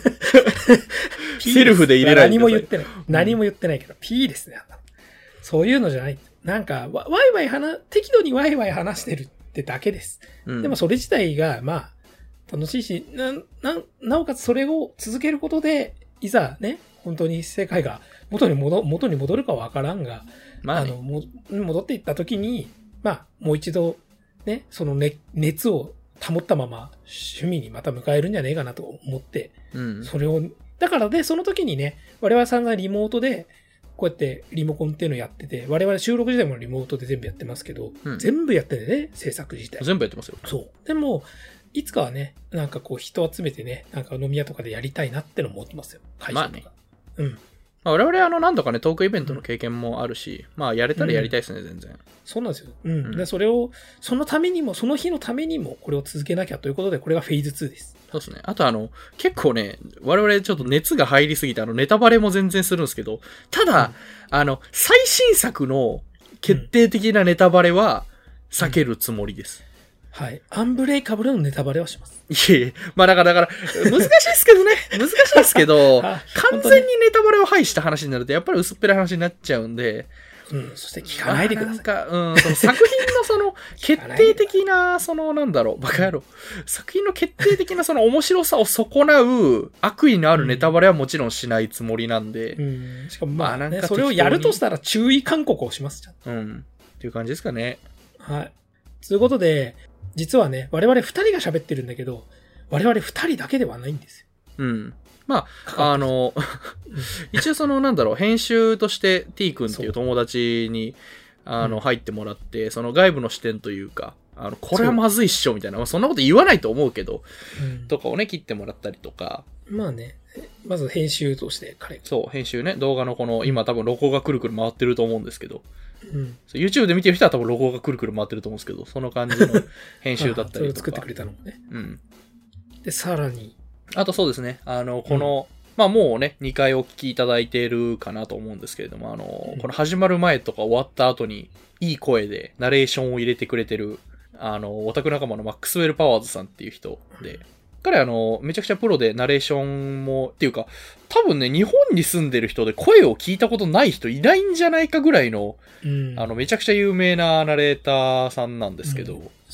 Speaker 1: セルフで入れられて
Speaker 2: 何も言ってない。何も言ってないけど、P ですね。そういうのじゃない。なんか、適度にワイワイ話してるってだけです。でもそれ自体が、まあ、楽しいし、なおかつそれを続けることで、いざね、本当に世界が元に戻るかわからんが、まあね、戻っていった時に、まあ、もう一度、ね、その熱を保ったまま趣味にまた迎えるんじゃねえかなと思って、それを、だからで、その時にね、我々さんがリモートで、こうやってリモコンっていうのをやってて、我々収録自体もリモートで全部やってますけど、全部やってね、制作自体。
Speaker 1: 全部やってますよ。
Speaker 2: そう。でも、いつかはね、なんかこう人集めてね、なんか飲み屋とかでやりたいなってのも思ってますよ。会社とか。まあね。
Speaker 1: まあ、我々何度かね、トークイベントの経験もあるし、まあやれたらやりたいですね、全然。
Speaker 2: そうなんですよ。で、それを、そのためにも、その日のためにも、これを続けなきゃということで、これがフェーズ2です。
Speaker 1: そうですね。あと結構ね、我々ちょっと熱が入りすぎて、ネタバレも全然するんですけど、ただ、最新作の決定的なネタバレは避けるつもりです。
Speaker 2: はい。アンブレイカブルのネタバレはします。
Speaker 1: いえいえ。まあだから、難しいですけどね。難しいですけど、完全にネタバレを排した話になると、やっぱり薄っぺらい話になっちゃうんで、
Speaker 2: そして聞かないでください。
Speaker 1: なんか、その作品の決定的な、バカ野郎。作品の決定的な面白さを損なう悪意のあるネタバレはもちろんしないつもりなんで。
Speaker 2: しかもまあ、なんかそれをやるとしたら注意勧告をします。
Speaker 1: っていう感じですかね。
Speaker 2: はい。ということで、実はね、我々二人が喋ってるんだけど、我々二人だけではないんですよ。
Speaker 1: まあ、一応編集として T 君っていう友達に、入ってもらって、その外部の視点というか、これはまずいっしょ、みたいな。まあ、そんなこと言わないと思うけど、とかをね、切ってもらったりとか。
Speaker 2: まあね、まず編集として
Speaker 1: そう、編集ね、動画の今多分ロゴがくるくる回ってると思うんですけど、YouTube で見てる人は多分ロゴがくるくる回ってると思うんですけど、その感じの編集だったりとか。それ
Speaker 2: を作ってくれたのもね。で、さらに。
Speaker 1: あとそうですね、まあもうね、2回お聞きいただいているかなと思うんですけれども、この始まる前とか終わった後に、いい声でナレーションを入れてくれてる、オタク仲間のマックスウェル・パワーズさんっていう人で、彼めちゃくちゃプロでナレーションも、っていうか、多分ね、日本に住んでる人で声を聞いたことない人いないんじゃないかぐらいの、めちゃくちゃ有名なナレーターさんなんですけど、
Speaker 2: そう。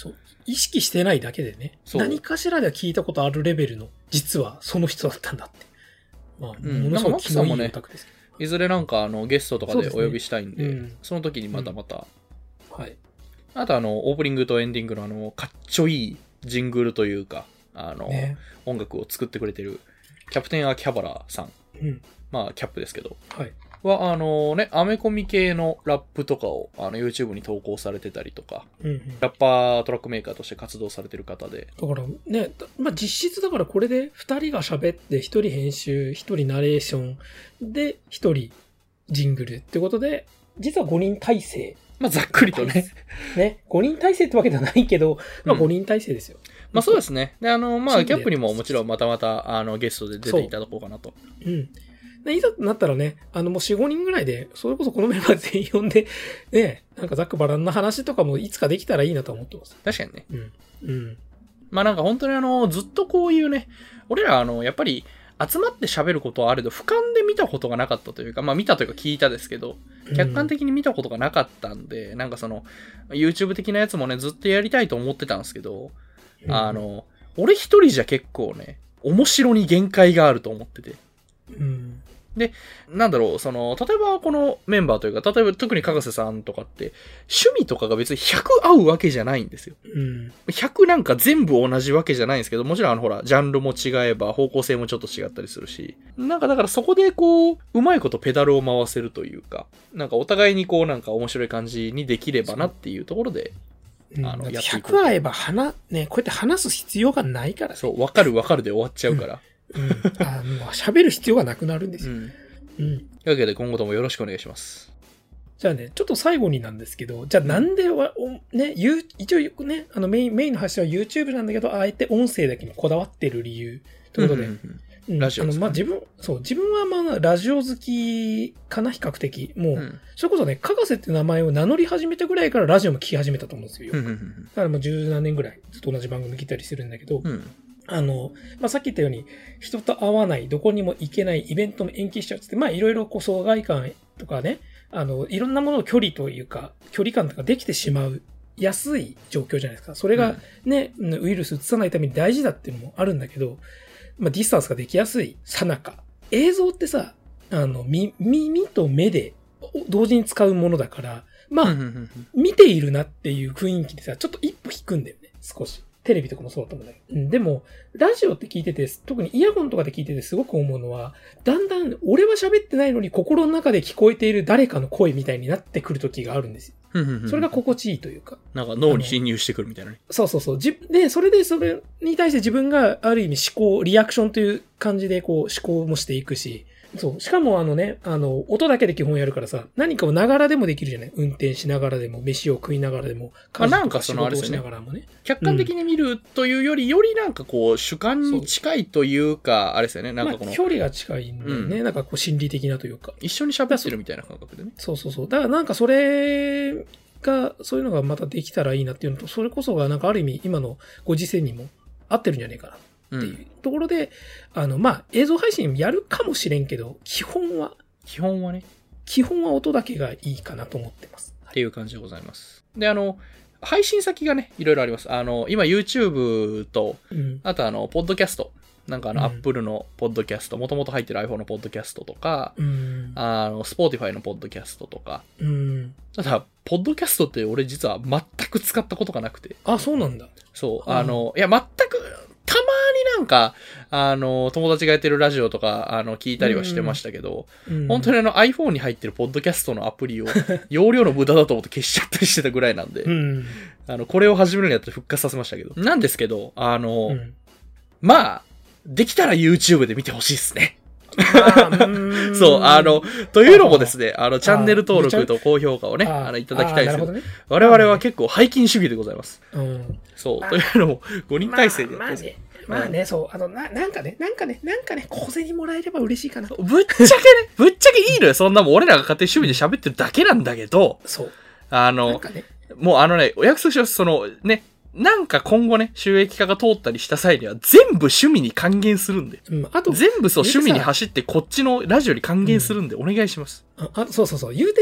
Speaker 2: 意識してないだけでね、何かしらでは聞いたことあるレベルの、実はその人だったんだって。まあ、ものすごく気のいいオタクですけど。
Speaker 1: いずれなんかゲストとかでお呼びしたいんで、その時にまた、
Speaker 2: はい。
Speaker 1: あとオープニングとエンディングのかっちょいいジングルというか、音楽を作ってくれてるキャプテン秋葉原さん。まあ、キャップですけど。
Speaker 2: はい。
Speaker 1: は、アメコミ系のラップとかを、YouTube に投稿されてたりとか、ラッパートラックメーカーとして活動されてる方で。
Speaker 2: だからね、まあ、実質だからこれで2人が喋って、1人編集、1人ナレーション、で、1人ジングルってことで、実は5人体制。
Speaker 1: まあ、ざっくりとね。
Speaker 2: ね、5人体制ってわけではないけど、まあ、5人体制ですよ。
Speaker 1: まあ、そうですね。で、まあ、キャップにももちろんまたゲストで出ていただこうかなと。
Speaker 2: いざとなったらね、もう4、5人ぐらいで、それこそこのメンバー全員呼んで、ね、なんかざっくばらんな話とかもいつかできたらいいなと思ってます。
Speaker 1: 確かにね。まあなんか本当にずっとこういうね、俺らやっぱり集まって喋ることはあれど、俯瞰で見たことがなかったというか、まあ見たというか聞いたですけど、客観的に見たことがなかったんで、なんかYouTube 的なやつもね、ずっとやりたいと思ってたんですけど、俺一人じゃ結構ね、面白に限界があると思ってて。で、なんだろう、例えばこのメンバーというか、例えば特にかがせさんとかって、趣味とかが別に100合うわけじゃないんですよ。100なんか全部同じわけじゃないんですけど、もちろんほら、ジャンルも違えば、方向性もちょっと違ったりするし、なんかだからそこでこう、うまいことペダルを回せるというか、なんかお互いにこうなんか面白い感じにできればなっていうところで、
Speaker 2: やっていこう。100合えばね、こうやって話す必要がないからね。
Speaker 1: そう、わかるで終わっちゃうから。
Speaker 2: 喋る必要がなくなるんですよ。
Speaker 1: というわけで今後ともよろしくお願いします。
Speaker 2: じゃあね、ちょっと最後になんですけど、じゃあなんでね、一応ね、メインの発信は YouTube なんだけど、あえて音声だけにこだわってる理由ということで、
Speaker 1: ラジオですか、
Speaker 2: まあ自分はまあラジオ好きかな、比較的。もう、それこそね、かがせって名前を名乗り始めたぐらいからラジオも聞き始めたと思うんですよ。だからもう十何年ぐらいずっと同じ番組聞いたりするんだけど、まあ、さっき言ったように、人と会わない、どこにも行けない、イベントも延期しちゃうって、まあ、いろいろ疎外感とかね、いろんなものの距離というか、距離感とかできてしまう、安い状況じゃないですか。それがね、ウイルス移さないために大事だっていうのもあるんだけど、まあ、ディスタンスができやすいさなか。映像ってさ、耳と目で同時に使うものだから、まあ、見ているなっていう雰囲気でさ、ちょっと一歩引くんだよね、少し。テレビとかもそうだと思うんだけど。でも、ラジオって聞いてて、特にイヤホンとかで聞いててすごく思うのは、だんだん俺は喋ってないのに心の中で聞こえている誰かの声みたいになってくる時があるんですよ。それが心地いいというか。
Speaker 1: なんか脳に侵入してくるみたいなね。
Speaker 2: そう。で、それに対して自分がある意味リアクションという感じでこう思考もしていくし、そう。しかも音だけで基本やるからさ、何かをながらでもできるじゃない？運転しながらでも、飯を食いながらでも、
Speaker 1: なんか仕事をしながらもね。客観的に見るというよりなんかこう、主観に近いというか、あれですよね。なんか
Speaker 2: 距離が近いんだよね。なんかこう、心理的なというか。
Speaker 1: 一緒に喋ってるみたいな感覚でね。
Speaker 2: そう。だからなんかそういうのがまたできたらいいなっていうのと、それこそがなんかある意味、今のご時世にも合ってるんじゃねえかな。っていうところで、まあ、映像配信やるかもしれんけど、基本は音だけがいいかなと思ってます。
Speaker 1: っていう感じでございます。で、配信先がね、いろいろあります。今 YouTube と、あとポッドキャスト。なんかApple のポッドキャスト、もともと入ってる iPhone のポッドキャストとか、Spotify のポッドキャストとか。ただ、ポッドキャストって俺実は全く使ったことがなくて。
Speaker 2: あ、そうなんだ。
Speaker 1: そう。いや、全く、たまになんか、友達がやってるラジオとか、聞いたりはしてましたけど、本当にiPhone に入ってるポッドキャストのアプリを、容量の無駄だと思って消しちゃったりしてたぐらいなんで、これを始めるにあって復活させましたけど。なんですけど、まあ、できたら YouTube で見てほしいですね。そう、というのもですね、チャンネル登録と高評価をね、いただきたいですけど、我々は結構背筋主義でございます。そう、というのも、5人体制でやってます。
Speaker 2: まあね、そう、なんかね、小銭もらえれば嬉しいかな。
Speaker 1: ぶっちゃけいいのよ、そんなもん。俺らが勝手に趣味で喋ってるだけなんだけど、
Speaker 2: そう。
Speaker 1: もうお約束します、なんか今後ね、収益化が通ったりした際には全部趣味に還元するんで。あと全部趣味に走ってこっちのラジオに還元するんでお願いします。
Speaker 2: そう。言うてね、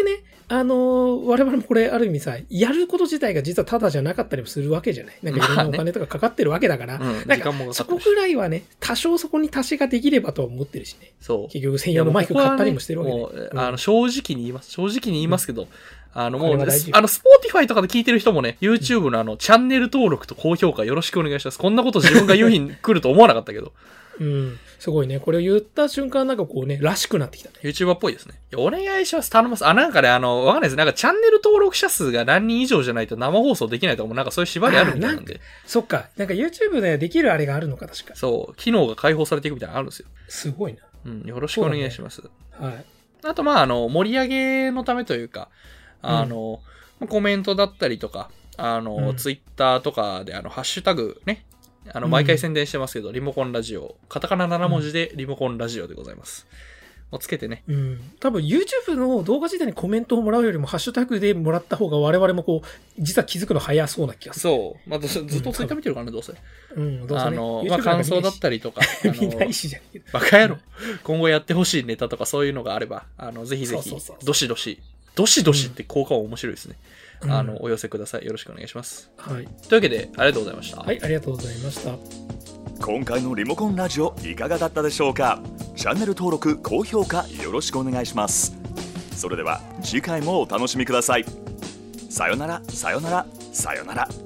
Speaker 2: 我々もこれある意味さ、やること自体が実はタダじゃなかったりもするわけじゃない。なんかいろんなお金とかかかってるわけだから、なんかそこぐらいはね、多少そこに足しができればとは思ってるしね。
Speaker 1: そう。
Speaker 2: 結局専用のマイク買ったりもしてるわけで、
Speaker 1: ね。正直に言います。正直に言いますけど、もう、Spotify とかで聞いてる人もね、YouTube のチャンネル登録と高評価よろしくお願いします。こんなこと自分が言う日に来ると思わなかったけど。
Speaker 2: うん。すごいね。これを言った瞬間なんかこうね、らしくなってきたね。
Speaker 1: YouTuber っぽいですね。お願いします。頼みます。なんかね、わかんないです。なんかチャンネル登録者数が何人以上じゃないと生放送できないとかもなんかそういう縛りあるみたいなんで。
Speaker 2: そっか。なんか YouTube でできるあれがあるのか、確か。
Speaker 1: そう。機能が解放されていくみたいなのあるんですよ。
Speaker 2: すごいな。
Speaker 1: うん。よろしくお願いします。
Speaker 2: ね、はい。
Speaker 1: あと、盛り上げのためというか、コメントだったりとか、Twitter とかでハッシュタグね、毎回宣伝してますけど、リモコンラジオ、カタカナ7文字でリモコンラジオでございます。をつけてね。
Speaker 2: うん。多分 YouTube の動画自体にコメントをもらうよりもハッシュタグでもらった方が我々もこう、実は気づくの早そうな気がする。
Speaker 1: そう。ずっとツイッター見てるからね、どうせ。
Speaker 2: うん、どうせね。
Speaker 1: 感想だったりとか。
Speaker 2: 見ないしじゃん。
Speaker 1: バカ野郎。今後やってほしいネタとかそういうのがあれば、ぜひぜひ、どしどしって効果は面白いですね。お寄せください。よろしくお願いします。
Speaker 2: はい。
Speaker 1: というわけで、ありがとうございました。
Speaker 2: はい、ありがとうございました。
Speaker 3: 今回のリモコンラジオいかがだったでしょうか。チャンネル登録、高評価よろしくお願いします。それでは次回もお楽しみください。さよなら、さよなら、さよなら。